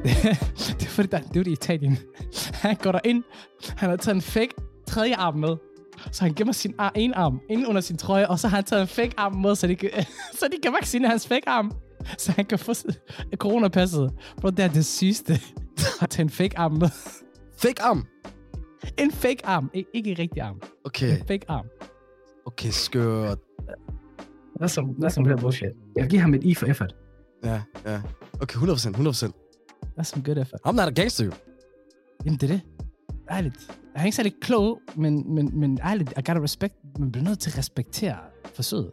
Det er fordi, der er en dude i Italien. Han går derind. Han har taget en fake tredje arm med. Så han gemmer sin ene arm inde under sin trøje, og så har han taget en fake arm med, så de kan vaccinere hans fake arm. Så han kan få coronapasset. Bro, det er det sygeste. At tage en fake arm med. Fake arm? En fake arm. Ikke en rigtig arm. Okay. En fake arm. Okay, skørt. That's some real bullshit. Jeg vil give ham et I for effort. Ja. Okay, 100%. That's some good effort. Ham der er gangster jo. Jamen, det er det. Ærligt. Jeg er ikke særlig klog, men ærligt, I gotta respect. Man bliver nødt til at respektere forsøget.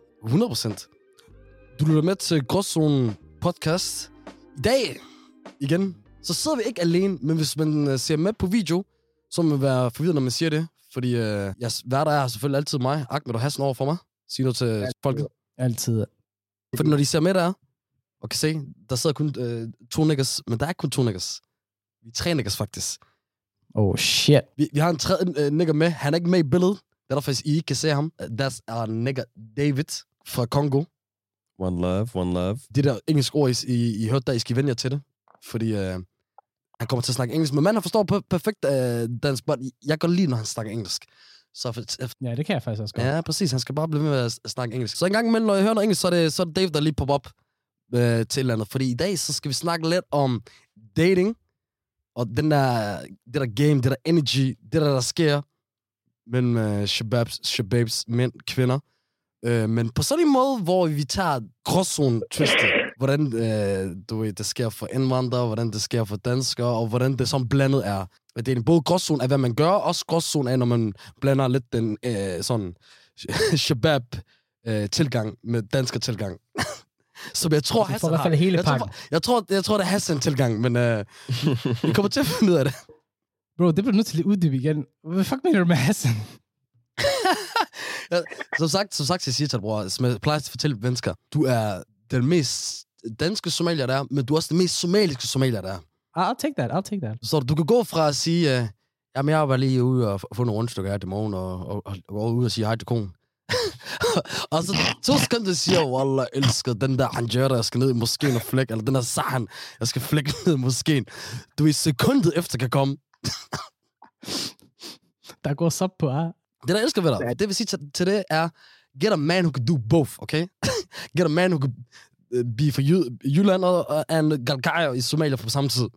100%. Du lytter med til Gråzonen podcast. I dag, igen, så sidder vi ikke alene, men hvis man ser med på video, så må man være forvirret, når man siger det. Fordi jeg værter er selvfølgelig altid mig. Ahmed og Hassan over for mig. Sig noget til folket. Altid. Fordi når de ser med der, og kan se, der sidder kun 2 niggas, men der er ikke kun 2 niggas. Vi er 3 niggas faktisk. Oh shit. Vi har en tredje nigger med. Han er ikke med i billedet. Det er der faktisk, I ikke kan se ham. That's our nigger David fra Kongo. One love. Det der engelske ord, I hørte der, I skal vende jer til det. Fordi han kommer til at snakke engelsk. Men han forstår perfekt dansk, but jeg kan lide, når han snakker engelsk. Ja, det kan jeg faktisk også godt. Ja, præcis. Han skal bare blive ved med at snakke engelsk. Så en gang imellem, når jeg hører noget engelsk, så er det Dave, der lige popper op til et eller andet. Fordi i dag, så skal vi snakke lidt om dating. Og det der game, det der energy, det der sker mellem shababs, mænd, kvinder. Men på sådan en måde, hvor vi tager gråzone-twistet. Hvordan det sker for indvandrere, hvordan det sker for danskere, og hvordan det som blandet er. Det er både gråzone af, hvad man gør, og også gråzone af, når man blander lidt den sådan shabab-tilgang med dansker tilgang. Så jeg tror, Hassan har... hele jeg tror, det er Hassan-tilgang, men vi kommer til at finde ud af det. Bro, det bliver nødt til at uddybe igen. Hvad fuck mener du med Hassan? Ja, som sagt, jeg siger til dig, bror, som jeg plejer at fortælle mennesker, du er den mest danske somalier, der er, men du er også den mest somaliske somalier, der er. I'll take that. Så du kan gå fra at sige, jamen jeg var lige ude og få nogle rundstykker her til morgen, og gå ud og sige hej til konen. Og så 2 sekunder siger, wallah, jeg elsker den der anjera, jeg skal ned i moskeen og flække, eller den der sahan, jeg skal flække ned i moskeen. Du i sekundet efter kan komme. Der går sop på, Det der elsker ved dig, det vil sige til det er, get a man who can do both, okay? Get a man who can be for Jylland og Galkaja i Somalia på samme tid.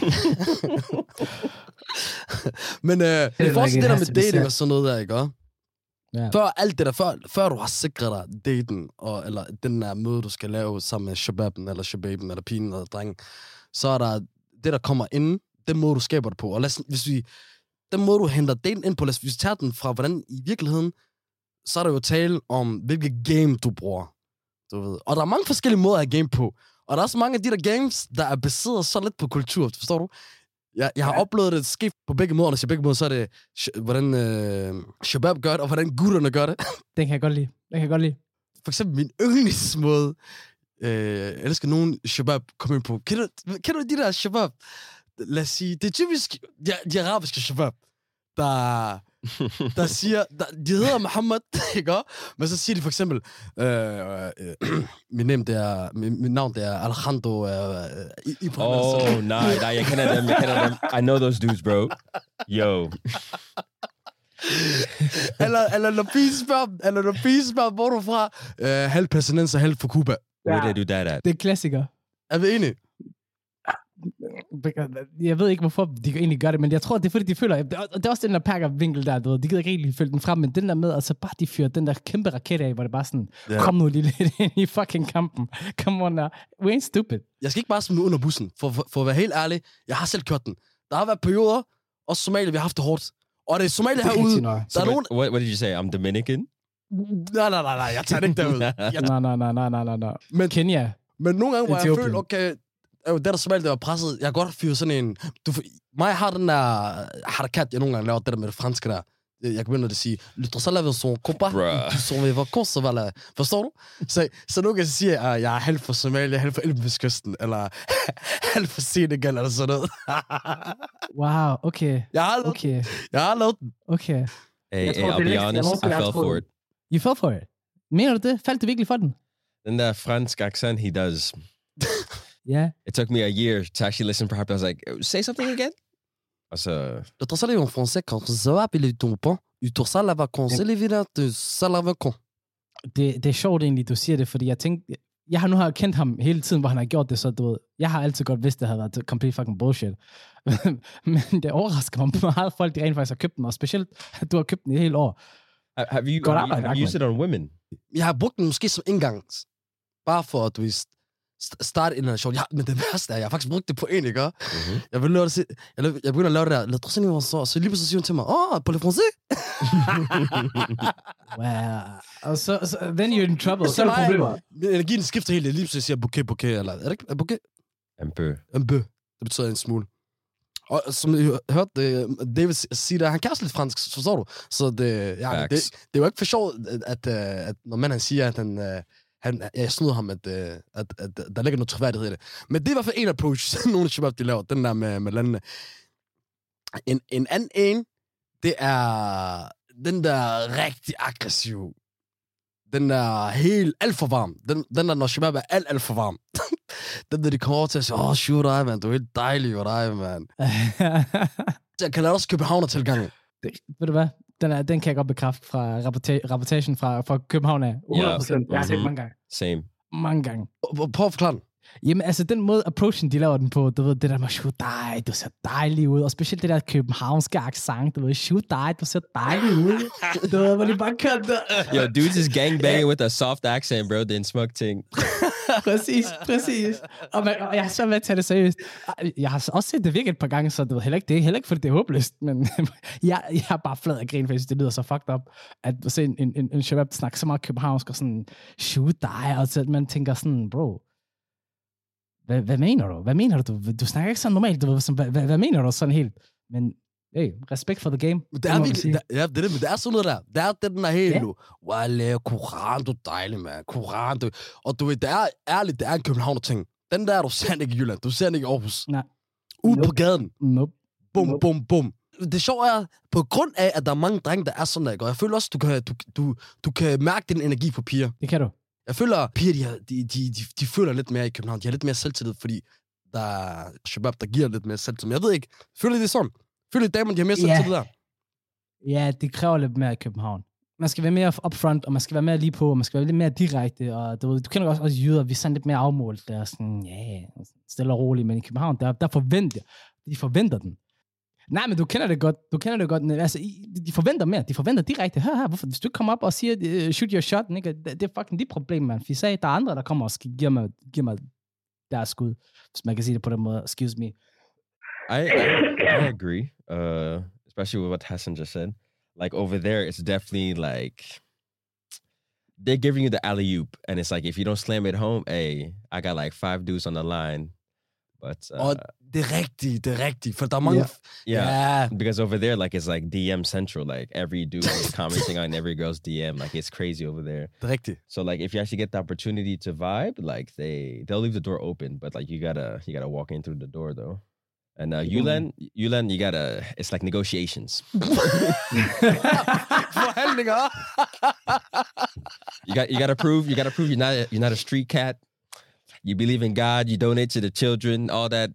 Men det er fortsat det der med dating og sådan noget der, ikke? Yeah. Før alt det der, før du har sikret dig daten, eller den der møde, du skal lave sammen med shababen, eller shababen, eller pigen, eller drengen, så er der det, der kommer inden, den måde, du skaber det på. Og den måde, du henter daten ind på, hvis vi tager den fra, hvordan i virkeligheden, så er der jo tale om, hvilket game du bruger. Du ved. Og der er mange forskellige måder at game på. Og der er også mange af de der games, der er baseret så lidt på kultur, forstår du? Jeg har oplevet det skift på begge måder, og på begge måder, så er det, hvordan shabab gør det, og hvordan gutterne gør det. Den kan jeg godt lide. For eksempel min yndlingsmåde, jeg elsker nogen shabab komme ind på. Kender du de der shabab? Lad os sige, det er typisk de arabiske shabab, der siger, de hedder Mohammed, ikke? Men så siger de for eksempel, mit navn det er Alejandro Ibrahim. Nej, jeg kender dem. I know those dudes, bro. Yo. eller når pige spørger, hvor er du fra? Halv palæstinenser, halv fra Cuba. Where they do that at? Det er klassiker. Er vi enige? Jeg ved ikke, hvorfor de egentlig gør det, men jeg tror, det er fordi, de føler... Og det er også den der perkervinkel der, du ved. De gider ikke rigtig følge den frem, men den der med, altså bare de fyrer den der kæmpe raket af, hvor det bare sådan, kom nu lige lidt ind i fucking kampen. Come on now. We ain't stupid. Jeg skal ikke bare smide under bussen, for at være helt ærlig. Jeg har selv kørt den. Der har været perioder, også Somalia, vi har haft det hårdt. Og det er Somalia herude. Der er nogen... What did you say? I'm Dominican? Nej, jeg tager det ikke derud. Nej. Men Kenya. Men nogle gange, hvor jeg føler, okay... Det der Somalia, der var presset. Jeg kan godt fyre sådan en... Mig har den der harakat, jeg nogle gange laver, det der med det franske der. Jeg kan begynde at sige, lytter så laver son compas, som vi var kosovala. Forstår du? Så nu kan jeg sige, at jeg er halv fra Somalia, halv fra Elfenbenskysten, eller halv fra Senegal, eller sådan noget. Wow, okay. Jeg har lavet den. Okay. Hey, I'll be honest, I fell for it. You fell for it? Mener du det? Faldt du virkelig for den? Den der fransk accent, he does. Yeah. It took me a year to actually listen properly. I was like, say something again? Og så... Le trossel en français, quand ça va appeler ton pan, du torsal la vacance, l'évident, ça la vacance. Det er sjovt egentlig, du siger det, fordi jeg tænkte, jeg har kendt ham hele tiden, hvor han har gjort det, så du ved, jeg har altid godt vidst, det havde været complete fucking bullshit. Men det overrasker mig meget, folk de rent faktisk har købt den, og specielt, at du har købt den i et helt år. Have you used it on women? Jeg har brugt den måske som indgangs. Bare for at du starte en relation. Ja, men det værste er, jeg har faktisk brugt det på en, ikke? Mm-hmm. Jeg begynder at lave det der. Lad os se, så lige pludselig siger hun til mig, på le français? Wow. Så then you're in trouble. Så er der problemer. Energien skifter helt. Lige pludselig siger bouquet, eller er det ikke bouquet? Un peu. Det betyder en smule. Og som jeg hørte David sige der, han kan også lidt fransk, forstår du? Så det er jo ikke for sjovt, at når man siger, at jeg snyder ham, at der ligger noget troværdighed i det. Men det er i hvert fald en approach, nogle af shabab, de laver, den der med landene. En anden en, det er den der rigtig aggressiv. Den der helt alt for varm. Den der, når shabab er alt for varm. Den der, de kommer over til at sige, shoot dig, man, du er helt dejlig, og dig, man. Jeg kan lade også Københavner-tilgangen. Ved du hvad? Den kan jeg godt bekræfte fra rapportagen fra København af. 100%. Jeg har set mange gange. Same. Mange gange. Prøv at forklare den. Jamen, altså, den måde approachen, de laver den på, du ved, det der med, shoot dig, du ser dejlig ud, og specielt det der københavnske accent, du ved, shoot dig, du ser dejlig ud. Du ved, hvor de bare kører der. Yo, dudes is gangbanging with a soft accent, bro, det er en smuk ting. Præcis. Og jeg har så været at tage det seriøst. Jeg har også set det virke et par gange, så det er heller ikke, fordi det er håbløst, men jeg er bare flad af grin, fordi det lyder så fucked up, at se en shabab snakke så meget københavnsk, og sådan, shoot dig, og så man tænker sådan, bro, hvad mener du? Hvad mener du? Du snakker ikke sådan normalt. Hvad mener du sådan helt? Men hey, respekt for the game. Det er virkelig, men det er sådan noget der. Det er den der helt nu. Wallah, Koran, du er dejlig, man. Koran, du... Og du ved, det er ærligt, det er en Københavner-ting. Den der, du ser ikke i Jylland. Du ser ikke i Aarhus. Nej. Ude på gaden. Nope. Bum. Det sjove er, på grund af, at der er mange drenge, der er sådan der, og jeg føler også, du kan mærke den energi på piger. Det kan du. Jeg føler, at piger, de føler lidt mere i København. De har lidt mere selvtillid, fordi der er shabab, der giver lidt mere selvtillid. Men jeg ved ikke, føler det sådan? Føler det damer, de har mere selvtillid der? Ja, det kræver lidt mere i København. Man skal være mere upfront, og man skal være mere lige på, og man skal være lidt mere direkte, og du kender også jyder, vi er sådan lidt mere afmålt, der er sådan, stille og roligt, men i København, der forventer den. Nej, men du kender det godt. Altså, de forventer mere. De forventer direkte. Hør her, hvorfor? Hvis du kommer op og siger, shoot your shot, ikke? Det er fucking dit problem, man. For der er andre, der kommer og giver mig deres skud. Hvis man kan sige det på den måde. Excuse me. I agree. Especially with what Hassan just said. Like, over there, it's definitely like... They're giving you the alley-oop. And it's like, if you don't slam it home, hey, I got like 5 dudes on the line. But... Det er rigtigt, for der er mange... Yeah, because over there, like, it's like DM central, like, every dude is commenting on every girl's DM, like, it's crazy over there. Det er rigtigt. So, like, if you actually get the opportunity to vibe, like, they'll leave the door open, but, like, you gotta walk in through the door, though. And Yulan, you gotta, it's like negotiations. Forhandlinger! you gotta prove you're not a street cat. You believe in God, you donate to the children, all that.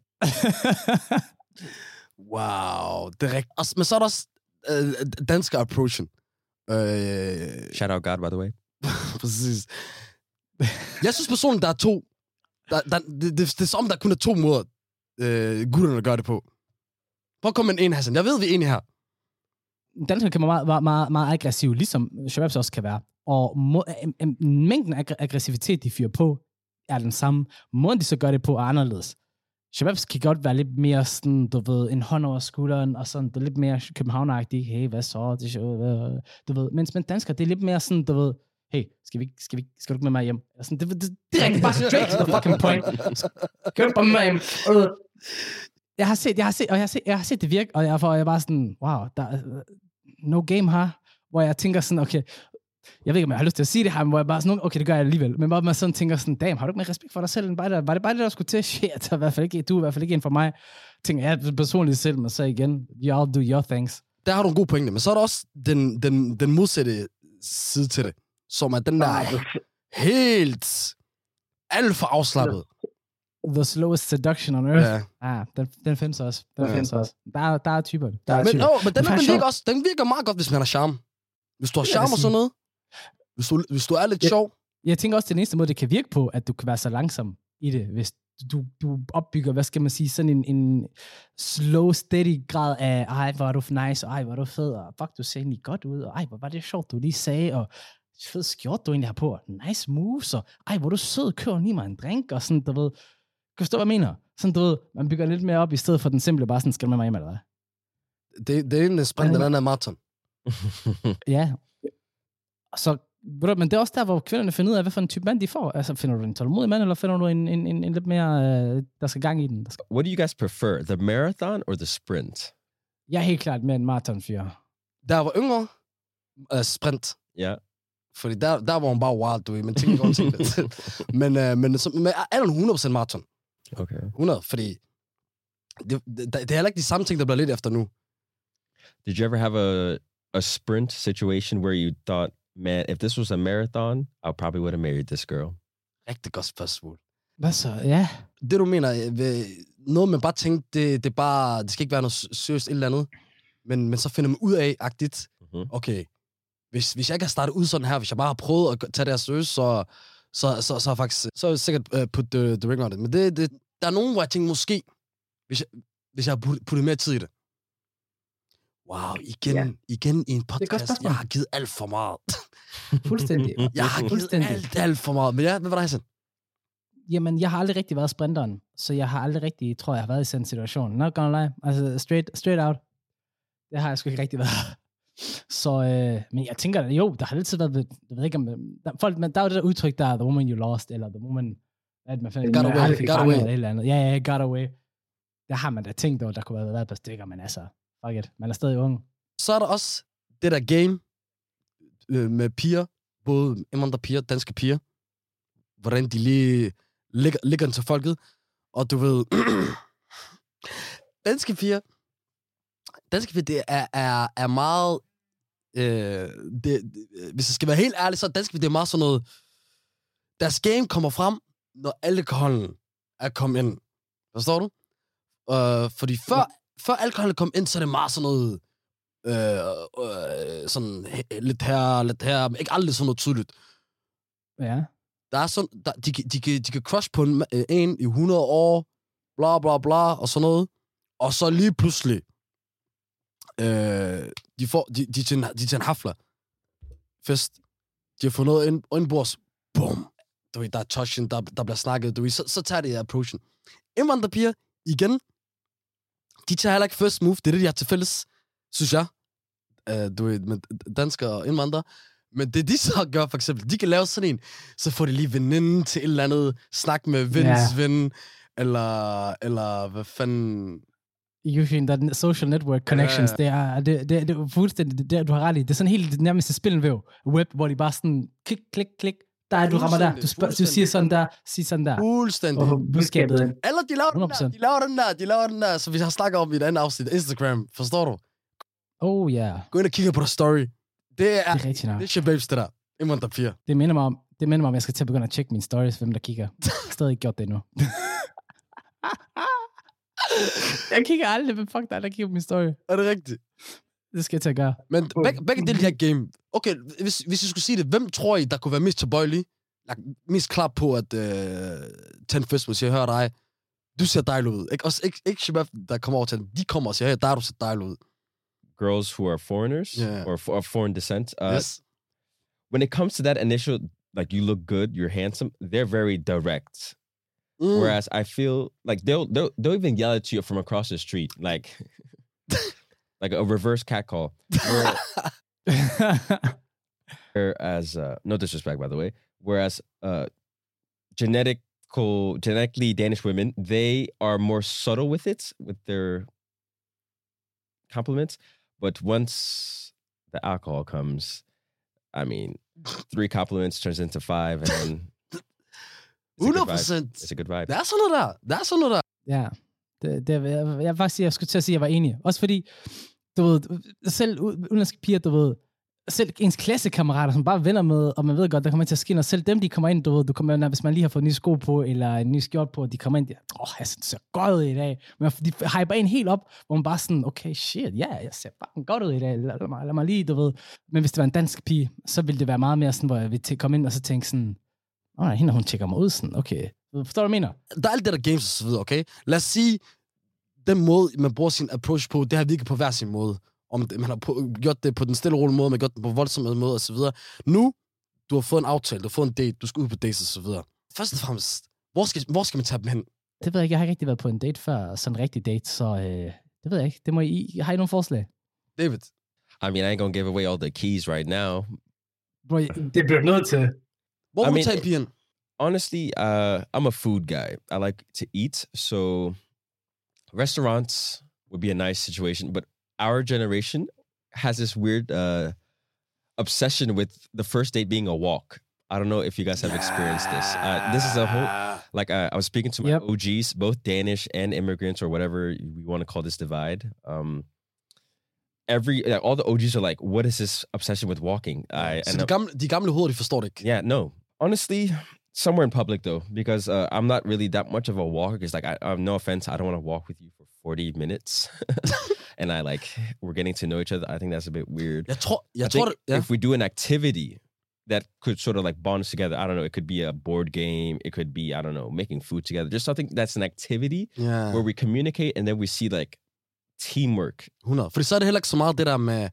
Wow, det er rigtigt. Men så er der også dansker approachen. Shout out God, by the way. Præcis. Jeg synes personligt, der er to. Det er som, der kun er 2 måder, gutterne gør det på. Prøv at komme med en, Hassan. Jeg ved, vi er enige her. Danskerne kan være meget aggressiv, ligesom shababs også kan være. Og mængden af aggressivitet, de fyrer på, er den samme. Måden, de så gør det på, er anderledes. Shababs kan godt være lidt mere sådan, du ved, en hånd over skulderen, og sådan, det er lidt mere københavneragtigt. Hey, hvad så? Du ved, mens dansker, det er lidt mere sådan, du ved, hey, skal du med mig hjem? Sådan, det er direkte bare straight to the fucking point. Skal du bare med mig hjem? Jeg har set det virke, og jeg er bare sådan, wow, der er no game her, hvor jeg tænker sådan, okay, jeg ved ikke, om jeg har lyst til at sige det her, men hvor jeg bare sådan, okay, det gør jeg alligevel. Men hvor man sådan tænker sådan, damn, har du ikke mere respekt for dig selv? Var det bare det, der skulle til? Shit, du er i hvert fald ikke en for mig. Tænker jeg personligt selv, men så igen, you all do your things. Der har du en god pointe, men så er der også den modsatte side til det, som er den der helt alt for afslappet. The slowest seduction on earth. Ja. Den findes også. Der er typer. Men den virker meget godt, hvis man har charme. Hvis du har charme og sådan noget. Hvis du er lidt sjov. Jeg tænker også, det er den eneste måde, det kan virke på, at du kan være så langsom i det, hvis du opbygger, hvad skal man sige, sådan en slow, steady grad af, ej, hvor er du nice, og ej, hvor er du fed, og fuck, du ser egentlig godt ud, og ej, hvor var det sjovt, du lige sagde, og fed skjort, du egentlig har på, nice moves, og ej, hvor er du sød, køber lige mig en drink, og sådan, du ved, kan du forstå, hvad jeg mener? Sådan, du ved, man bygger lidt mere op, i stedet for den simple, bare sådan, skal du med mig hjem, eller hvad? Det er en sprint, den anden er maraton. Ja. Så, men det er også der, hvor kvinderne finder ud af, hvad for en type mand de får. Altså, finder du en tålmodig mand, eller finder du en lidt mere, der skal gang i den? What do you guys prefer, the marathon or the sprint? Jeg er helt klart med en maratonfyr. Der var yngre, sprint. Ja. Yeah. Fordi der var hun bare wild, du ved, men tænker godt tænke det. Men er hun 100% maraton? Okay. 100, fordi det er heller ikke de samme ting, der bliver lidt efter nu. Did you ever have a sprint situation where you thought, man, if this was a marathon, I probably would have married this girl? Rigtig godt spørgsmål. Hvad så? Ja. Det du mener, noget man bare tænkte, det skal ikke være noget seriøst eller andet, men så finder man ud af-agtigt, okay, hvis jeg ikke har startet ud sådan her, hvis jeg bare har prøvet at tage det her seriøst, så faktisk, så er jeg sikkert put the ring on it. Men der er nogen, hvor jeg tænker, måske, hvis jeg har puttet mere tid i det. Wow, igen i en podcast, jeg har givet alt for meget. Fuldstændig. Jeg har givet alt for meget. Men ja, hvad var det, Hassan? Jamen, jeg har aldrig rigtig været sprinteren, så jeg har aldrig rigtig, tror jeg har været i sådan en situation. Not gonna lie. Altså, straight out. Det har jeg sgu ikke rigtig været. Så, men jeg tænker, jo, der har altid været, jeg ved ikke om, der er jo det der udtryk, der er the woman you lost, eller the woman, at man finder, got away. Eller andet. Ja, got away. Der har man da tænkt over, der kunne have været et par stykker, men altså, fuck it, man er stadig ung. Så er der også det der game med piger, både indvandrerpiger, danske piger, hvordan de lige ligger til folket, og du ved, danske piger, det er meget, hvis jeg skal være helt ærlig, så er danske piger, det er meget sådan noget, deres game kommer frem, når alkoholen er kommet ind. Forstår du? Fordi før alkoholen kom ind, så er det meget sådan noget, sådan lidt her, men ikke aldrig sådan noget tydeligt. Ja. Der er sådan, de kan crush på en i 100 år, bla bla bla, og sådan noget. Og så lige pludselig, de til en hafler fest. De har fået noget indbords. Boom. Du ved, der er touchen, der bliver snakket. Du ved, så tager de approachen. Indvandrerpiger, igen, de tager heller ikke first move. Det er det, de har til fælles, synes jeg. Du ved, med danskere og indvandrere. Men det de så gør, for eksempel, de kan lave sådan en, så får de lige veninden til et eller andet, snak med vens ven, eller hvad fanden... Usually, der er social network connections, det er fuldstændig, det du har ret i. Det er sådan helt nærmest et spilvæv, web, hvor de bare sådan, klik, klik, klik, der er du rammer der, du siger sådan der, sig sådan der. Fuldstændig. Og budskabet ind. Eller de laver den der, så vi har snakket om i et andet afsnit, Instagram, forstår du? Oh ja. Yeah. Gå ind og kigge på der story. Det er rigtig nok. Det er shababs, det der. Indvandrer piger. Det minder mig om, jeg skal til at begynde at tjekke mine stories, hvem der kigger. Jeg har stadig ikke gjort det endnu. Jeg kigger aldrig, hvem fuck der kigger på min story. Er det rigtigt? Det skal jeg til at gøre. Men begge dele her game. Okay, hvis I skulle sige det, hvem tror I, der kunne være mest tilbøjelig? Mest klar på at tage en fest, hvis jeg hører dig. Du ser dejlig ud. Ikke Shabab, der kommer over til dem. De kommer og siger, hey, der er du ser dejlig ud. Girls who are foreigners or of foreign descent. Yes. When it comes to that initial, like, you look good, you're handsome, they're very direct. Whereas I feel like they'll even yell at you from across the street, like a reverse catcall. Whereas no disrespect, by the way. Whereas genetically Danish women, they are more subtle with their compliments. But once the alcohol comes, I mean, 3 compliments turns into 5, and then 100%. It's a good vibe. Der er sådan noget der. Ja. Jeg skulle til at sige, at jeg var enig. Også fordi, du ved, selv udenlandske piger, du ved, selv ens klassekammerater, som bare venner med, og man ved godt, der kommer til at ske noget. Selv dem, de kommer ind, du kommer, hvis man lige har fået nye sko på, eller en ny skjort på, de kommer ind, jeg ser godt ud i dag. Men de hyper en helt op, hvor man bare sådan, okay, shit, jeg ser bare godt ud i dag. Lad mig lige, du ved. Men hvis det var en dansk pige, så ville det være meget mere sådan, hvor jeg ville komme ind og så tænke sådan, hende hun tjekker mig ud sådan, okay. Forstår du, hvad jeg mener? Der er alt det der games og så videre, okay? Lad os sige, den måde, man bruger sin approach på, det har virket på hver sin måde. Om man har gjort det på den stille og rolige måde, man har gjort det på voldsomme måde og så videre. Nu, du har fået en aftale, du har fået en date, du skal ud på dates og så videre. Først og fremmest, hvor skal man tage dem hen? Det ved jeg ikke, jeg har ikke rigtig været på en date før, sådan en rigtig date, så det ved jeg ikke. Det må har I nogle forslag? David? I mean, I ain't gonna give away all the keys right now. Bro, det bliver nødt til. Hvor må du tage pigen? Honestly, I'm a food guy. I like to eat, so restaurants would be a nice situation, but our generation has this weird obsession with the first date being a walk. I don't know if you guys have experienced this. This is a whole, like I was speaking to my OGs, both Danish and immigrants or whatever we want to call this divide. All the OGs are like, what is this obsession with walking? Så de gamle hoveder, de forstår det ikke. Yeah, no. Honestly, somewhere in public though, because I'm not really that much of a walker. Because like, no offense, I don't want to walk with you for 40 minutes. And we're getting to know each other. I think that's a bit weird. Jeg tror if we do an activity that could sort of like bond us together, I don't know, it could be a board game, it could be, I don't know, making food together. Just something that's an activity where we communicate and then we see like teamwork. 100. Fordi så er det heller ikke så meget det der med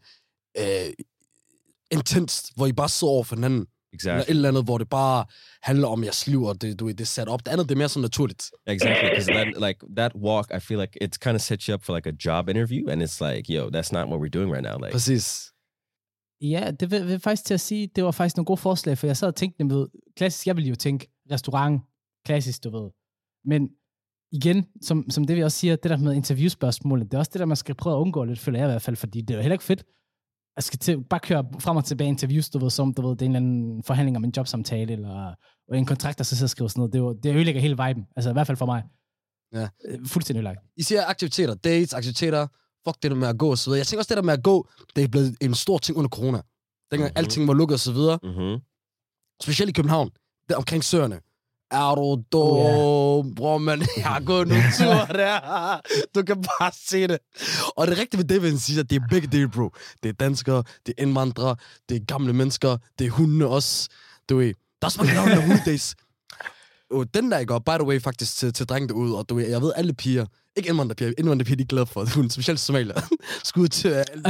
intenst, hvor I bare sidder over for hinanden. Exactly. Eller et eller andet, hvor det bare handler om jeres liv, og det er sat op. Det andet, det er mere sådan naturligt. Exactly, because that walk, I feel like it's kind of sets you up for like a job interview, and it's like, yo, that's not what we're doing right now. Like, præcis. Ja, det vil faktisk til at sige, det var faktisk nogle gode forslag, for jeg sad og tænkte, klassisk, jeg ville jo tænke restaurant, klassisk, du ved. Men igen, som det vi også siger, det der med interviewspørgsmålet, det er også det der, man skal prøve at undgå lidt, føler jeg i hvert fald, fordi det er jo heller ikke fedt. Jeg skal bare køre frem og tilbage interviews, du ved, som du ved, det er en eller anden forhandling om en jobsamtale, eller en kontrakt, der så skriver sådan noget. Det ødelægger hele viben. Altså i hvert fald for mig. Ja. Fuldstændig ødelagt. I siger aktiviteter, dates, aktiviteter, fuck det der med at gå og så videre. Jeg tænker også, det der med at gå, det er blevet en stor ting under corona. Dengang alting var lukket og så videre. Specielt i København, der omkring søerne. Er du dum, bror, man? Jeg har gået nogle ture der. Du kan bare se det. Og det er rigtigt, hvad David siger, at det er begge dele, bro. Det er danskere, det er indvandrere, det er gamle mennesker, det er hundene også. Du ved, der er så mange navne, der hundedays. Den der, jeg går, by the way, faktisk til drenge derude, og du ved, jeg ved, alle piger, ikke indvandrerpiger, de er glade for hunden, specielt somalier. Skud til alle.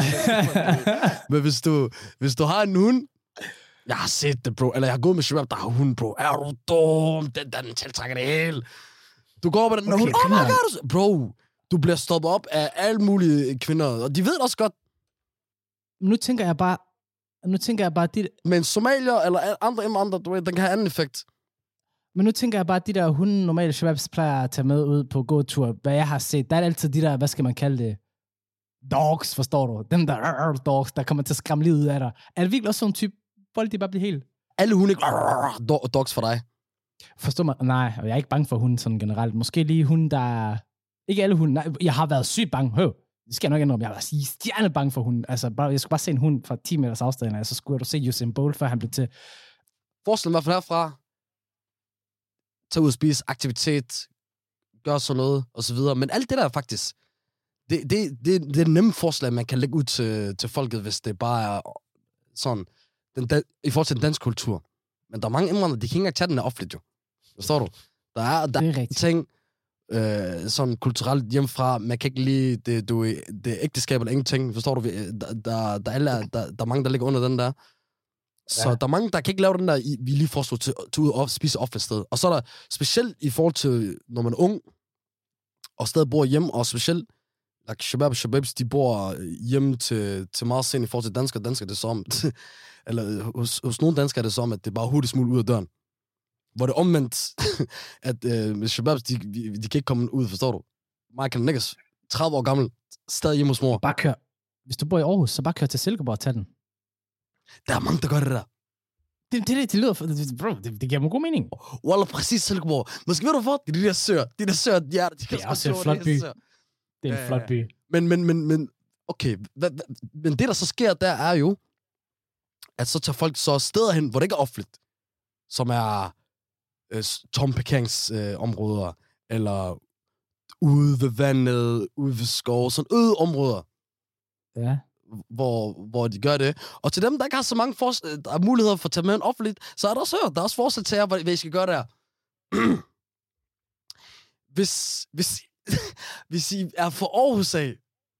Men hvis du har en hund, jeg har set det, bro. Eller jeg har gået med Shabab, der har hund, bro. Er du dum? Den tiltrækker det hele. Du går med den, okay, hund, oh my god. Bro, du bliver stoppet op af alle mulige kvinder, og de ved det også godt. Nu tænker jeg bare, Men somalier eller andre indvandrere, du ved, den kan have anden effekt. Men nu tænker jeg bare, at de der hunde, normale Shababs plejer at tage med ud på gåtur, hvad jeg har set, der er altid de der, hvad skal man kalde det? Dogs, forstår du? Dem der dogs, der kommer til at skræmme livet ud af dig. Er det virkelig også sådan en type folk, de bare bliver helt? Alle hunde dogs for dig. Forstår mig? Nej, og jeg er ikke bange for hunde sådan generelt. Måske lige hunde, der... Ikke alle hunde. Nej, jeg har været sygt bange. Det skal jeg nok ændre om. Jeg var stjernebange for hunde. Altså, jeg skulle bare se en hund fra 10 meters afstand, og så skulle du se Usain Bolt, før han blev til. Forestil mig i hvert fald herfra. Tag ud og spise, aktivitet, gør sådan noget, og så videre. Men alt det der faktisk, det er nemme forslag, man kan lægge ud til folket, hvis det bare er sådan, i forhold til den danske kultur. Men der er mange indvandrere, de kan ikke engang tage den her offentligt, jo. Forstår du? Der er ting, sådan kulturelt hjemmefra, man kan ikke lide det ægteskab eller ingenting, forstår du? Der er mange, der ligger under den der. Så der er mange, der kan ikke lave den der, vi lige får til ud og spise offentligt sted. Og så er der specielt i forhold til, når man er ung, og stadig bor hjemme, og specielt, like Shababs, de bor hjemme til meget sent i forhold til danskere. Danskere, det er som, eller hos nogle danskere er det som, at det er bare hurtigt smule ud af døren. Hvor det er omvendt, at Shababs, de kan ikke komme ud, forstår du? Michael Nickers, 30 år gammel, stadig hjemme hos mor. Bare kør. Hvis du bor i Aarhus, så bare kør til Silkeborg og tag den. Der er mange, der gør det der. Det lyder for... Bro, det giver mig god mening. Wallah, præcis Silkeborg. Måske ved du for, det er de der søer. De der søer, ja, det er også en flot by. Det er en flot by. Men okay. Men det, der så sker, der er jo, at så tager folk så steder hen, hvor det ikke er offentligt, som er tomme parkeringsområder, eller ude ved vandet, ude ved skov, sådan øde områder. Ja. Hvor de gør det. Og til dem, der ikke har så mange muligheder for at tage med en offentligt, så er der også hørt, der er også forslag til jer, hvad I skal gøre der. Hvis I er for Aarhus af,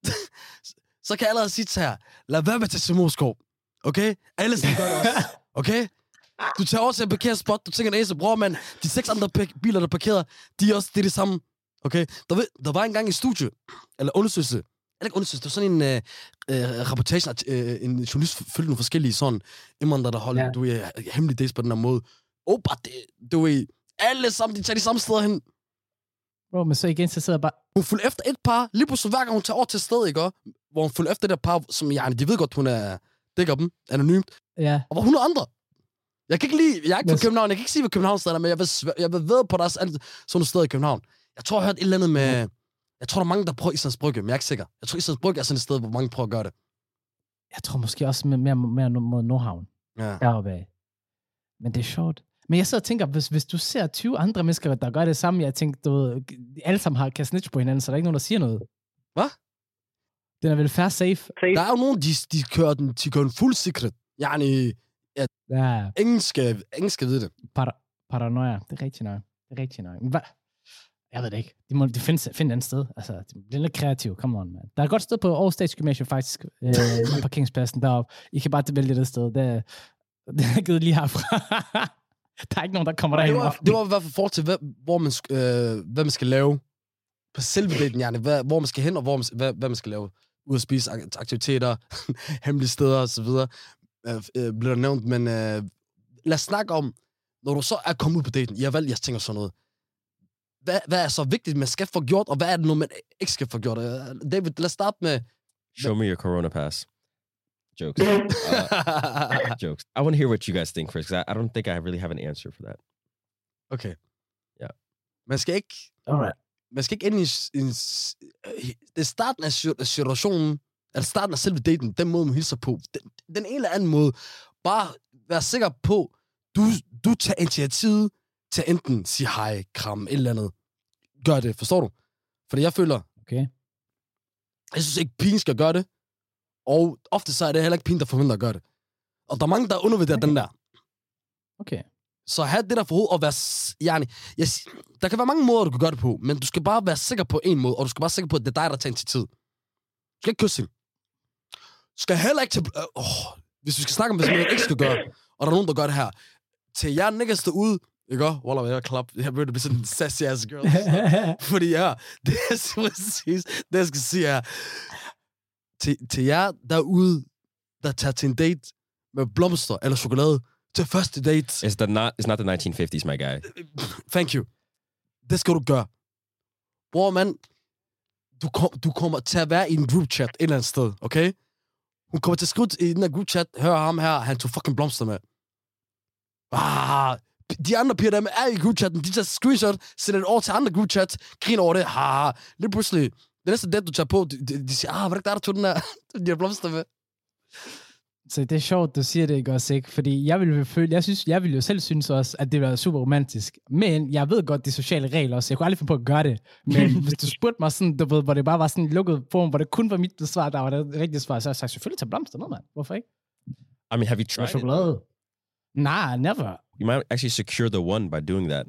så kan jeg allerede sige til her, lad være med til Moskov. Okay? Alle skal gøre det også. Okay? Du tager over til en parkeringsspot, du tænker, en bror, man, de 6 andre biler, der parkerer, det er det samme. Okay? Der var engang en studie, eller undersøgelse, eller ikke undersøgelse, det var sådan en reportage, en journalist følte nogle forskellige sådan indvandrere, der holdt, du er hemmelige days på den her måde. Du er alle sammen, de tager de samme steder hen. Bro, men så igen, så sidder bare... Hun følger efter et par, lige pludselig hver gang hun tager over til stedet, ikke? Hvor hun følger efter det der par, som de ved godt, hun er dækker dem, anonymt. Ja. Og hvor hun er andre. Jeg er ikke fra København, jeg kan ikke sige, hvad København er, men jeg vil ved på, der er sådan nogle steder i København. Jeg tror, jeg har hørt et eller andet med... Jeg tror, der er mange, der prøver Islands Brygge, men jeg er ikke sikker. Jeg tror, Islands Brygge er sådan et sted, hvor mange prøver at gøre det. Jeg tror måske også mere mod Nordhavn. Ja. Deroppe af. Men det er sjovt. Men jeg sidder og tænker, hvis du ser 20 andre mennesker, der gør det samme, jeg tænker, alle sammen kan snitch på hinanden, så der er ikke nogen, der siger noget. Hvad? Den er vel fair safe. Der er jo nogen, de kører den fuld secret. Yani, ingen skal vide det. Paranoia, det er rigtig nok. Hvad? Jeg ved det ikke. De finde et andet sted. Altså, det er lidt kreativt. Come on, man. Der er et godt sted på Aarhus Statsgymnasium, faktisk. Parkeringspladsen deroppe. I kan bare vælge det sted. Det er givet lige herfra. Der er ikke nogen, der kommer derind. Det var i hvert fald forhold til, hvad man skal lave på selve daten, hvor man skal hen, og hvad man skal lave. Ud at spise aktiviteter, hemmelige steder osv. Bliver der nævnt, men lad os snakke om, når du så er kommet ud på daten, I har valgt jeres ting og sådan noget. Hvad er så vigtigt, man skal få gjort, og hvad er det noget, man ikke skal få gjort? David, lad os starte med... Show me your corona pass. Jokes. Jokes. I want to hear what you guys think first, because I don't think I really have an answer for that. Okay. Ja. Man skal ikke ind i det er starten af situationen, eller starten af selve daten, den måde, man hilser på. Den ene eller anden måde. Bare være sikker på, du tager initiativet til enten sige hej, kram, et eller andet. Gør det, forstår du? Fordi jeg føler, jeg synes ikke, pigen skal gøre det. Og ofte så er det heller ikke pigen, der forventer at gøre det. Og der er mange, der undervurderer den der. Okay. Så have det der for hovedet og være... der kan være mange måder, du kan gøre det på, men du skal bare være sikker på en måde, og du skal bare være sikker på, at det er dig, der tager initiativ. Du skal ikke kysse hende. Du skal heller ikke til... hvis vi skal snakke om, hvis man ikke skal gøre, og der er nogen, der gør det her, til jer niggas derude, ikke også? Wallah, jeg er klap. Jeg begynder at blive sådan en sassy ass girl. Fordi det er præcis det, jeg skal sige her. Til jer derude, der tager til en date med blomster eller chokolade, til første date. It's not the 1950s, my guy. Thank you. Det skal du gøre. Bror, mand, du kommer til at være i en group chat et eller andet sted, okay? Hun kommer til at skrive i den her group chat, hør ham her, han tog fucking blomster med. De andre piger, der er i group chatten, de tager screenshot, sender det over til andre group chat, griner over det, Lige pludselig, det næste date, du tager på, de siger, var det ikke der tog den her, de her blomster med? Så det er sjovt, du siger det ikke også, ikke? Fordi jeg vil jo selv synes også, at det var super romantisk. Men jeg ved godt de sociale regler også. Jeg kunne aldrig finde på at gøre det. Men hvis du spurgte mig sådan, du ved, hvor det bare var sådan en lukket form, hvor det kun var mit svar, der var det rigtige svar, så jeg sagde selvfølgelig tage blomster med, mand. Hvorfor ikke? I mean, have you tried chokolade? Nah, never. You might actually secure the one by doing that.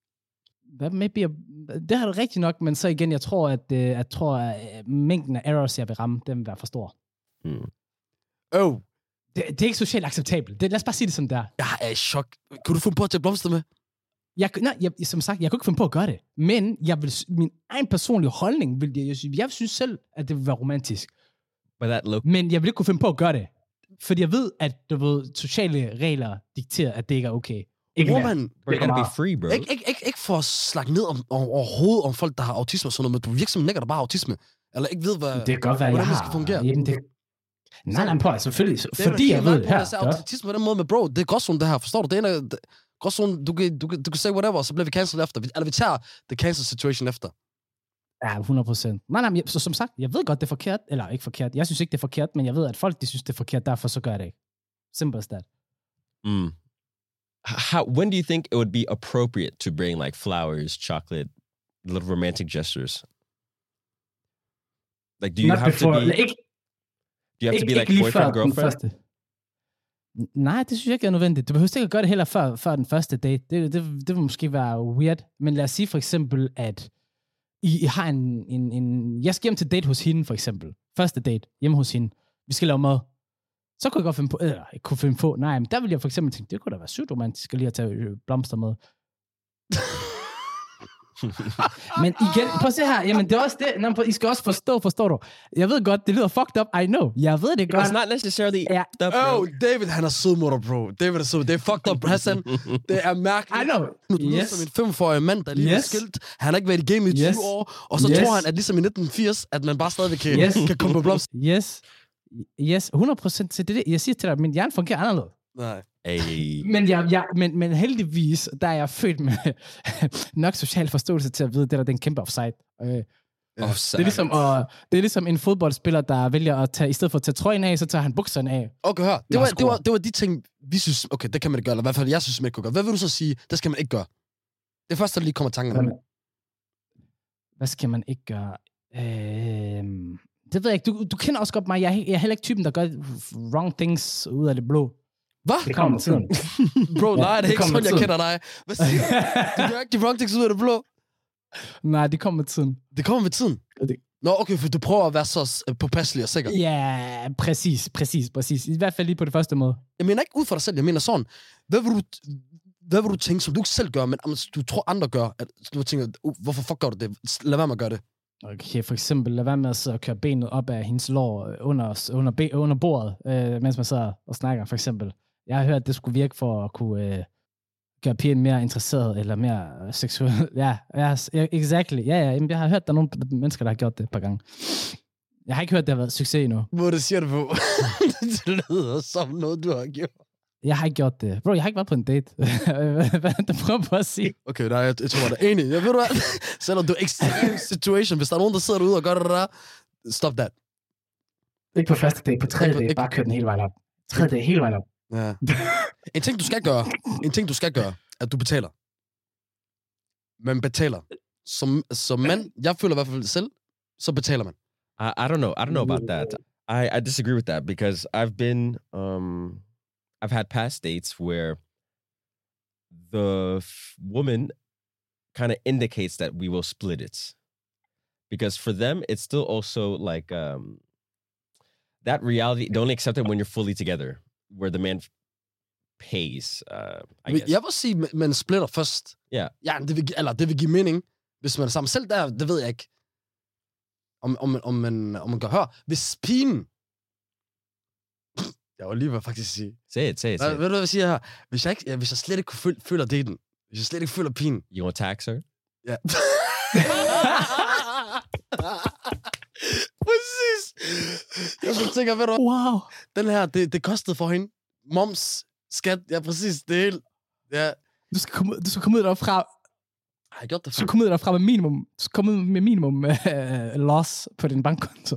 Det har du rigtig nok, men så igen, jeg tror, at mængden af errors, jeg vil ramme, den vil være for stor. Det er ikke socialt acceptabelt. Lad os bare sige det sådan der. Jeg er i chok. Kunne du finde på at tage blomster med? Som sagt, jeg kunne ikke finde på at gøre det. Men min egen personlige holdning, jeg synes selv, at det vil være romantisk. Men jeg vil ikke kunne finde på at gøre det. Fordi jeg ved, at sociale regler dikterer, at det ikke er okay. Bro, man, you're gonna be free, bro. Ikke for at slakke ned overhovedet om folk, der har autisme og sådan noget, men du virker som en nækker, der bare har autisme. Eller ikke ved, det kan godt være, hvordan det skal fungere. Jamen, nej, selvfølgelig. Fordi jeg ved det her. Autisme på den måde med, bro, det er gråzone det her, forstår du? Det er en gråzone, du kan sige whatever, så bliver vi cancelled efter. Eller vi tager the cancel situation efter. Ja, 100%. Nej, så som sagt, jeg ved godt, det er forkert. Eller ikke forkert. Jeg synes ikke, det er forkert, men jeg ved, at folk, de synes, det er forkert, derfor så gør jeg det ikke. Simple as that. When do you think it would be appropriate to bring like flowers, chocolate, little romantic gestures? Like, do you have to be like boyfriend, girlfriend? Nej, det synes jeg ikke er nødvendigt. Du behøver ikke at gøre det heller før den første date. Det vil måske være weird. Men lad os sige for eksempel, at I har jeg skal hjem til date hos hende, for eksempel. Første date, hjemme hos hende. Vi skal lave mad. Så kunne jeg godt finde på, nej, men der ville jeg for eksempel tænke, det kunne da være sygt romantisk lige at tage blomster med. Men igen, prøv at se her, jamen det er også det, I skal også forstår du. Jeg ved godt, det lyder fucked up, I know. Jeg ved det godt. It's not necessarily up, bro. David, han er sød mod dig, bro. David er sød. Det er fucked up, Hassan. Det er mærkeligt. I know. Nu lyder som en 45-årig mand, der lige er skilt. Han har ikke været i game i 20 år. Og så tror han, at ligesom i 1980, at man bare stadigvæk kan komme på blomster. Yes, 100% til det. Jeg siger til dig, min hjerne fungerer anderledes. Nej. Hey. Men heldigvis, der er jeg født med nok social forståelse til at vide, det er en kæmpe offside. Offside. Det er ligesom en fodboldspiller, der vælger at tage, i stedet for at tage trøjen af, så tager han bukserne af. Okay, hør. Det var de ting, vi synes, okay, det kan man ikke gøre, eller i hvert fald jeg synes, man ikke kan gøre. Hvad vil du så sige, det skal man ikke gøre? Det første, der lige kommer tanken om. Hvad skal man ikke gøre? Det ved jeg ikke. Du kender også godt mig. Jeg er heller ikke typen, der gør wrong things ud af det blå. Hvad? Det kommer med tiden. Bro, nej, det er ikke sådan, jeg kender dig. Hvad siger du? Du gør ikke de wrong things ud af det blå? Nej, det kommer med tiden. Det kommer med tiden? Nå, okay, for du prøver at være så påpasselig og sikker. Ja, præcis. I hvert fald lige på det første måde. Jeg mener ikke ud for dig selv, jeg mener sådan. Hvad vil du tænke, som du ikke selv gør, men du tror andre gør, at du tænker, hvorfor fuck gør du det? Lad være med at gøre det. Okay, for eksempel, lad være med at sidde og køre benet op af hendes lår under bordet, mens man sidder og snakker, for eksempel. Jeg har hørt, at det skulle virke for at kunne gøre pigen mere interesseret, eller mere seksuel. Ja, exactly. Ja, jeg har hørt, at der er nogle mennesker, der har gjort det et par gange. Jeg har ikke hørt, at det har været succes endnu. Hvor det siger du på? Det lyder som noget, du har gjort. Jeg har ikke gjort det. Bro, jeg har ikke været på en date. Hvad du prøver på at sige? Okay, nej, jeg tror, jeg er enig. Jeg ved du hvad? Selvom du er extreme situation, hvis der er nogen, der sidder derude og gør det der, stop that. Ikke på første date, på tredje date, bare kør den hele vejen op. Tredje date, hele vejen op. Ja. En ting, du skal gøre, at du betaler. Man betaler. Som mand, jeg føler i hvert fald selv, så betaler man. I don't know about that. I disagree with that because I've had past dates where the woman kind of indicates that we will split it. Because for them, it's still also like that reality, they only accept it when you're fully together, where the man pays, I guess. Jeg vil sige, man splitter først. Yeah. Ja, det vil give mening, hvis man er sammen. Selv der, det ved jeg ikke, om man kan høre. Hvis pigen... Jeg var lige ved faktisk at sige... Say it. Ved du, hvad jeg siger her? Hvis jeg slet ikke føler daten, hvis jeg slet ikke føler pigen... You want tax her? Ja. Præcis. Jeg så tænker, ved du... Wow. Den her, det kostede for hende. Moms, skat, ja præcis, det hele. Ja. Du skal komme ud derfra... Har jeg gjort det? Du skal komme ud derfra med minimum, loss på din bankkonto.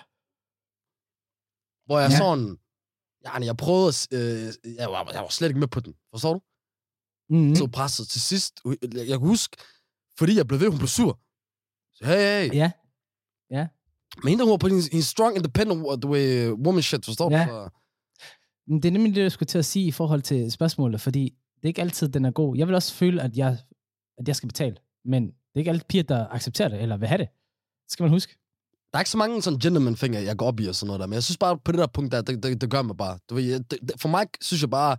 Hvor jeg sådan... Jeg prøvede... jeg var slet ikke med på den. Forstår du? Mm-hmm. Så presset til sidst. Jeg kan huske, fordi jeg blev ved, hun blev sur. Så hey. Ja. Men hende, hun var på en strong, independent woman shit, forstår du? Så... Det er nemlig det, jeg skulle til at sige i forhold til spørgsmålet, fordi det er ikke altid, den er god. Jeg vil også føle, at jeg skal betale, men det er ikke alle piger, der accepterer det, eller vil have det. Det skal man huske. Der er ikke så mange sådan gentleman-finger, jeg går op i og sådan noget der, men jeg synes bare, på det der punkt der, det gør mig bare. Du ved, for mig synes jeg bare,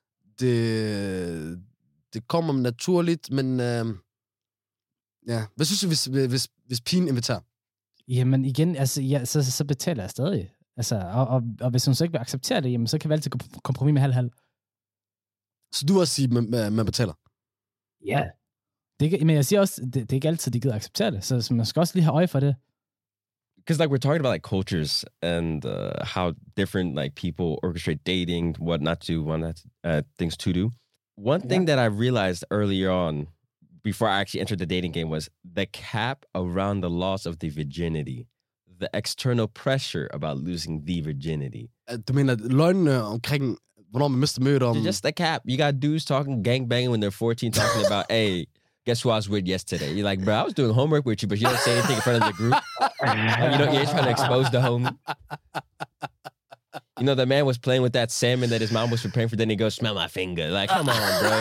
det kommer naturligt, men ja. Hvad synes du, hvis pigen inviterer? Jamen igen, altså, så betaler jeg stadig. Altså, og hvis hun så ikke vil acceptere det, jamen, så kan vi altid kompromis med halv-halv. Så du også siger, man betaler? Ja. Men jeg siger også, det er ikke altid, de gider acceptere det, så man skal også lige have øje for det. Because like we're talking about like cultures and how different like people orchestrate dating, what not to, what things to do. One thing that I realized earlier on, before I actually entered the dating game, was the cap around the loss of the virginity. The external pressure about losing the virginity. Du mener løgnene omkring, hvornår man mister mødet om... It's just a cap. You got dudes talking gangbanging when they're 14, talking about, hey, guess who I was with yesterday? You're like, bro, I was doing homework with you, but you don't say anything in front of the group. You're trying to expose the homie. You know, the man was playing with that salmon that his mom was preparing for, then he goes, smell my finger. Like, come on, bro.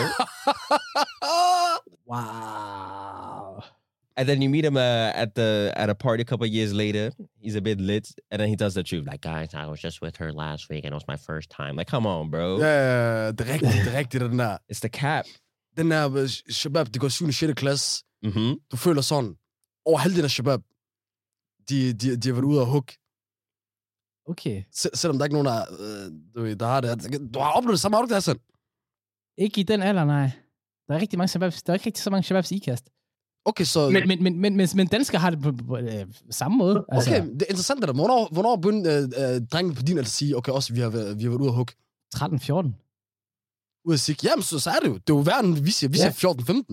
Wow. And then you meet him at a party a couple of years later. He's a bit lit, and then he does the truth. Like, guys, I was just with her last week, and it was my first time. Like, come on, bro. Ja, det er rigtigt, den der. It's the cap. Den der Shabab, de går 7. og 6. klasse. Mm-hmm. Du føler sådan, over halvdelen af Shabab, de har været ude og hugge. Okay. Selvom der ikke er nogen, der har det. Du har oplevet det samme, har du det, Hassan? Ikke i den alder, nej. Der er rigtig mange shababs. Der er ikke rigtig så mange shababs i IKAST. Okay, så... Men danskere har det på samme måde. Altså. Okay, det er interessant det der. Hvornår begyndte drengene på din at sige, okay, også vi har været ude og hugge? 13-14. Ude at sige, jamen, så er det jo. Det er jo verden, vi siger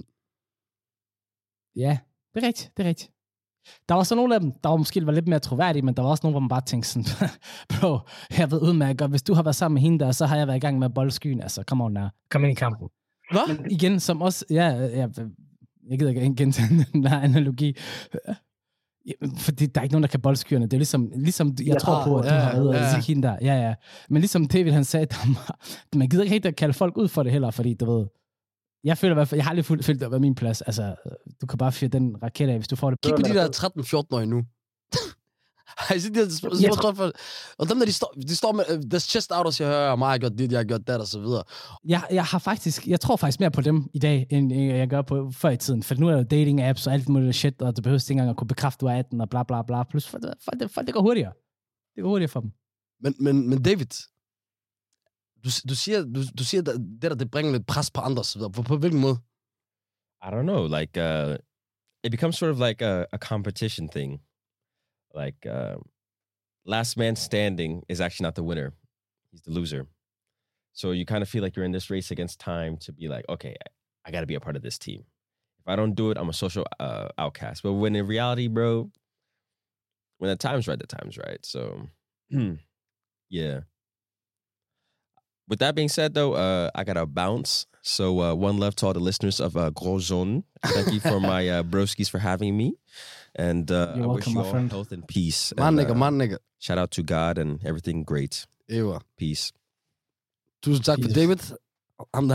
14-15. Ja, det er rigtigt. Der var så nogle af dem, der var måske lidt mere troværdige, men der var også nogle, hvor man bare tænkte sådan, bro, jeg ved udmærket godt, hvis du har været sammen med hende der, så har jeg været i gang med at bolde skyen. Altså, come on now. Kom ind i kampen. Hvad? Men igen, som også, jeg gider ikke gentage den der analogi. Fordi der er ikke nogen, der kan bolde skyerne. Det er ligesom jeg tror på, at du har været og sige hende der. Ja. Men ligesom David, han sagde, man gider ikke helt at kalde folk ud for det heller, fordi du ved, jeg føler i hvert fald, jeg har aldrig følt det var min plads. Altså, du kan bare fyre den raket af, hvis du får det. Kig på de der 13-14-årige nu. Har I set de der og dem der, de står med deres chest out og siger, hør, mig har gjort det, jeg har gjort det, og så videre. Jeg tror faktisk mere på dem i dag, end jeg gør på før i tiden. For nu er der dating apps og alt muligt shit, og du behøver ikke engang at kunne bekræfte, du er 18 og bla bla bla. Plus for det går hurtigere. Det går hurtigere for dem. Men David, du siger det bringer lidt pres på andre, så videre. På hvilken måde? I don't know, like, it becomes sort of like a competition thing. Like, last man standing is actually not the winner. He's the loser. So you kind of feel like you're in this race against time to be like, okay, I got to be a part of this team. If I don't do it, I'm a social outcast. But when in reality, bro, when the time's right, the time's right. So, yeah. With that being said, though, I got to bounce. So one love to all the listeners of Gros Zone. Thank you for my broskies for having me. And I wish you all health and peace. Man nigga. Shout out to God and everything great. Ewa. Peace. Tusind tak for David. Han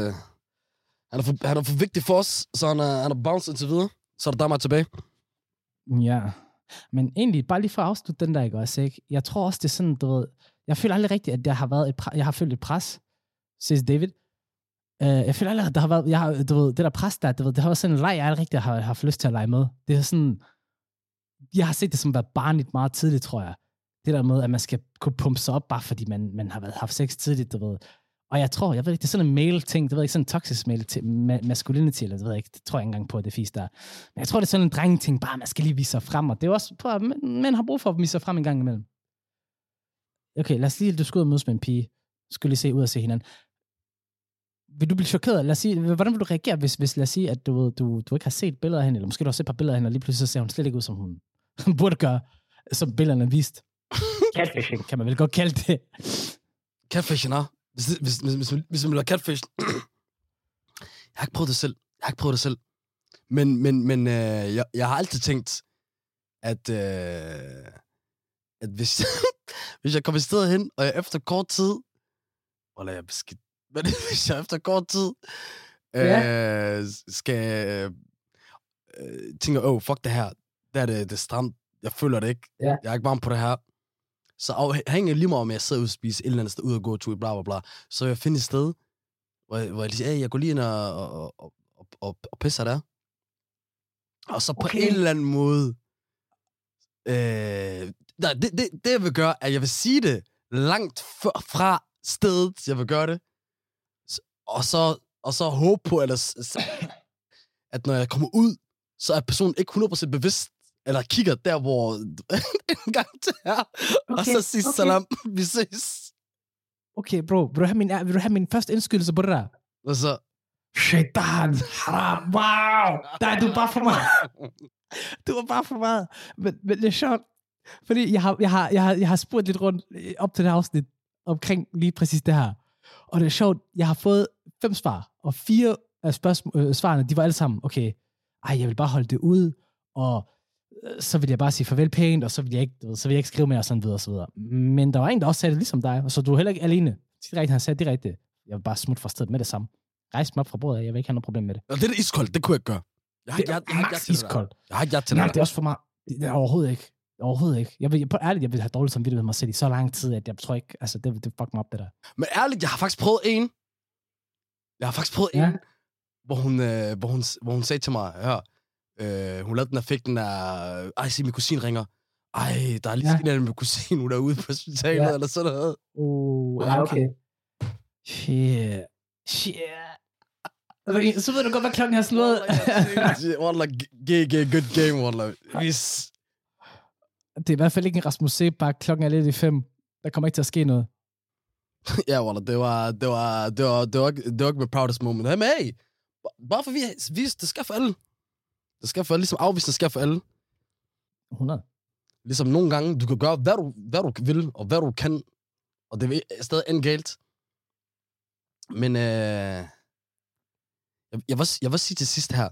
er for vigtig for os, så han er bounced indtil videre. Så er der mig tilbage. Ja. Men egentlig, bare lige for at afslutte den der, ikke også, ikke? Jeg tror også, det er sådan, du ved, jeg føler aldrig rigtigt, at jeg har følt et pres, siger David. Jeg føler aldrig, at der har været, du ved, det der pres der, du ved, det har været sådan en leg, jeg aldrig rigtig har haft lyst til at lege med. Det er sådan, jeg har set det som at være barnligt meget tidligt, tror jeg. Det der med, at man skal kunne pumpe sig op, bare fordi man har haft sex tidligt, du ved. Og jeg ved ikke, det er sådan en male-ting, det ved ikke, sådan en toxic masculinity, eller det ved jeg ikke, det tror jeg ikke engang på, det fisk der. Men jeg tror, det er sådan en drenge-ting, bare man skal lige vise sig frem, og det er også, prøv at mænd har brug for at vise sig frem en gang imellem. Okay, lad os lige, du skal ud og mødes med en pige, skulle lige se ud og se hinanden. Vil du blive chokeret? Lad os sige, hvordan vil du reagere, hvis lad os sige, at du ikke har set billeder af hende, eller måske du har set et par billeder af hende, og lige pludselig så ser hun slet ikke ud, som hun burde gøre, som billederne er vist. Catfishing, kan man vel godt kalde det. Catfishing, ja. Hvis man vil have catfish. Jeg har ikke prøvet det selv. Men jeg har altid tænkt, at hvis jeg kommer i stedet hen, og jeg efter kort tid, eller jeg beskidt, men hvis jeg efter kort tid skal tænke, fuck det her, det er stramt, jeg føler det ikke, jeg er ikke varm på det her, så afhænger lige meget om, jeg sidder ude og spiser et eller andet sted, ud og gå tur, bla bla bla, så jeg finder et sted, hvor jeg siger, jeg går lige ind og pisser der, og så på en eller anden måde, det jeg vil gøre, at jeg vil sige det langt fra stedet, jeg vil gøre det, og så håbe på, at når jeg kommer ud, så er personen ikke 100% bevidst, eller kigger der, hvor en gang til her, og så siger salam, vi ses. Okay, bro, vil du have min første indskydelse på det der? Hvad så? Shaitan, haram, wow, der er du bare for meget. Du var bare for meget. Men det er sjovt, fordi jeg har spurgt lidt rundt op til det her afsnit, omkring lige præcis det her. Og det er sjovt, jeg har fået 5 svar, og 4 af svarene, de var alle sammen, okay, jeg vil bare holde det ude, og så vil jeg bare sige farvel pænt, og så vil jeg ikke skrive mere, og sådan videre, og så videre. Men der var en, der også sagde det ligesom dig, og så du er heller ikke alene. Han sagde det rigtigt. Jeg vil bare smutte fra stedet med det samme. Rejse mig op fra bordet, jeg vil ikke have noget problem med det. Og det er iskoldt, det kunne jeg ikke gøre. Jeg har iskoldt. til det. Det er også for mig. Det er overhovedet ikke. Jeg vil have dårligt samvittighed med mig selv i så lang tid, at jeg tror ikke, altså det fuck mig op, det der. Men ærligt, jeg har faktisk prøvet en. Hvor hun sagde til mig, hun lavede den affekt, den der, se min kusin ringer. Der er lige sket af min kusin, hun er ude på hospitalet, eller sådan noget. Okay. Shit. Så ved du godt, hvad klokken har slået. Wallah, good game, wallah. Det er i hvert fald ikke en Rasmus Sebak, klokken er lidt i 5. Der kommer ikke til at ske noget. Ja, wallah, det var ikke mit proudest moment. Men hey, bare for vi det skal for alle. Det skal for alle, ligesom afvisning skal for alle. 100. Ligesom nogle gange, du kan gøre, hvad du vil, og hvad du kan, og det er stadig end galt. Men jeg vil sige til sidst her,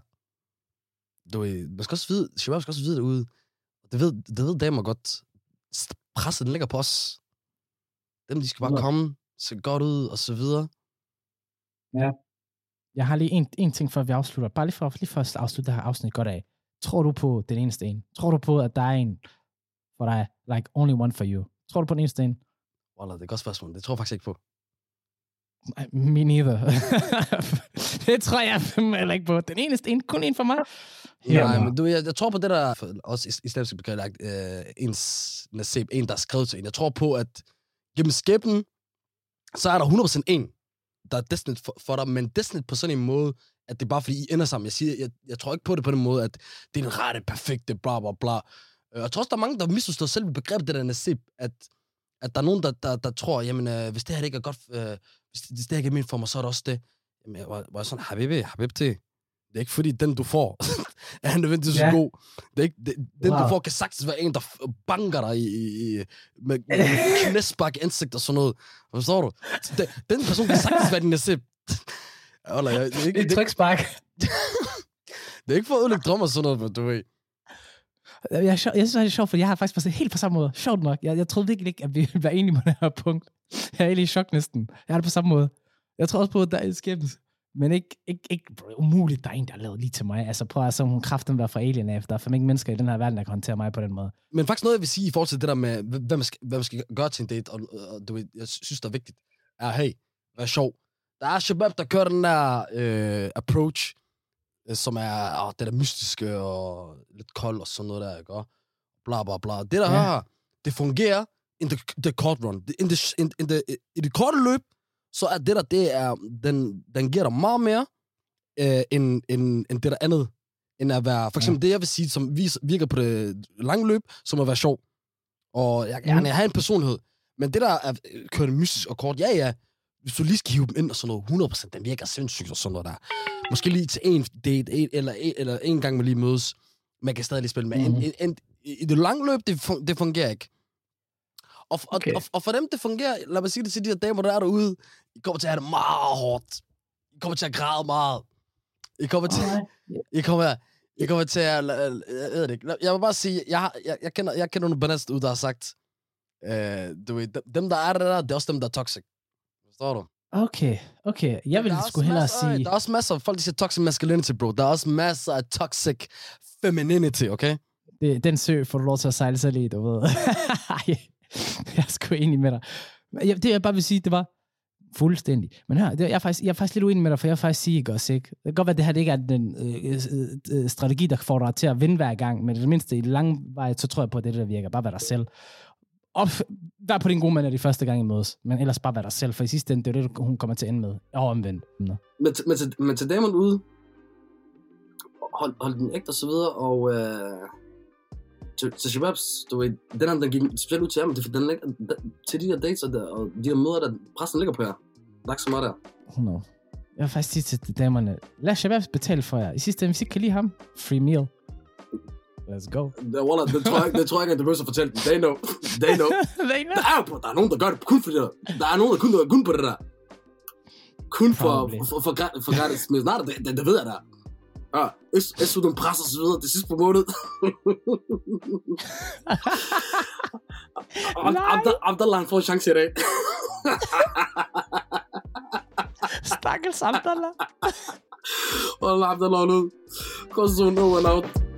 man skal også vide, Shabab skal også vide derude, det ved damer godt, presset den ligger på os. Dem, de skal bare komme, se godt ud, og så videre. Ja. Jeg har lige en ting, før vi afslutter. Bare lige for at afslutte det her afsnit godt af. Tror du på den eneste en? Tror du på, at der er en for dig, like only one for you? Tror du på den eneste en? Wallah, det er et godt spørgsmål. Det tror jeg faktisk ikke på. Me neither. Det tror jeg heller ikke på. Den eneste en, kun en for mig. Nej, men jeg tror på det der, også islamisk begreb, ens nasib, en, der er skrevet til en. Jeg tror på, at gennem skæbnen, så er der 100% en, der er destined for dig, men destined på sådan en måde, at det er bare fordi, I ender sammen. Jeg tror ikke på det på den måde, at det er den rette, perfekte, bla bla bla. Jeg tror også, der er mange, der misforstår selv begrebet det der nasib, at der er nogen, der tror, jamen, hvis det her ikke er godt, hvis det her ikke er min for mig, så er det også det. Jamen, hvor jeg sådan, habib til. Det er ikke fordi, den du får, er nødvendigvis så god. Det er ikke, den du får, kan sagtens være en, der banker dig med knæsbak ansigt og sådan noget. Forstår du? Den person kan sagtens være din nasib. Det er trykspark. Det er ikke for at ødelægge drømmer og sådan noget, men du ved. Jeg synes, det er sjovt, for jeg har faktisk helt på samme måde. Sjovt nok. Jeg troede virkelig ikke, at vi ville være enige på det her punkt. Jeg er egentlig i chok næsten. Jeg har det på samme måde. Jeg tror også på, at der er en skæbnes. Men ikke umuligt, der er en, der er lavet lige til mig. Altså prøv at sådan kraften være fra alien af, der er for ikke mennesker i den her verden, der kan håndtere mig på den måde. Men faktisk noget, jeg vil sige i forhold til det der med, hvad man skal gøre til en date, og du ved, jeg synes, det er vigtigt, er, hey, vær sjov. Der er Shabab, der kører den der approach, som er det der mystiske og lidt kold og sådan noget der, ikke? Bla bla bla. Det der her, det fungerer in the court run. I det korte løb, så er det der, det er, den giver dig meget mere, end det der andet, end at være, for eksempel det, jeg vil sige, som virker på det lange løb, som at være sjov. Og jeg har en personlighed, men det der er kørt mystisk og kort, hvis du lige skal hive dem ind og sådan noget, 100%, den virker sindssygt og sådan noget der. Måske lige til en date, eller en gang man lige mødes, man kan stadig lige spille med. I det lange løb, det fungerer ikke. Og for dem, det fungerer, lad mig sige det til de her damer, der er derude, I kommer til at have det meget hårdt. I kommer til at græde meget. I kommer til at, jeg ved det ikke. Jeg vil bare sige, jeg kender nogle bananer ud, der har sagt, du ved, dem, der er der, det er også dem, der er toxic. Forstår du? Okay. Jeg vil sgu hellere sige... Der er også masser af folk, der siger toxic masculinity, bro. Der er også masser af toxic femininity, okay? Den sø får du lov til at sejle selv i, du ved. Jeg er sgu enig med dig. Det jeg bare vil sige, det var fuldstændig. Men hør, jeg er faktisk lidt uenig med dig, for jeg vil faktisk sige, ikke? Det kan godt være, at det her ikke er den strategi, der får dig til at vinde hver gang, men det mindste i lang vej, så tror jeg på, at det der virker. Bare være dig selv. Og vær på din gode mand de første gang I mødes, men ellers bare være dig selv, for i sidste ende, det er det, hun kommer til at ende med. Og omvendt. Men til damerne ude, hold den ægte og så videre, og til Shababs, du ved, den gik specielt ud til jer, men den ligger til de der dates og de der møder, der pressen ligger på jer. Der er ikke så meget der. 100. Jeg vil faktisk sige til damerne, lad Shababs betale for jer. I sidste ende, hvis I kan lide ham, free meal. Let's go. Det tror jeg ikke, at det behøver at fortælle dem. They know. Der er nogen, der gør det kun for det der. Der er nogen, der kun på det der. Kun for gratis smidt. Nej, det ved jeg da. Ja, SU, den presser så videre det sidste på måned. Abdallah, han får en chance i dag. Stakkels Abdallah. Wallah, Abdallah, nu. Kost so no one out.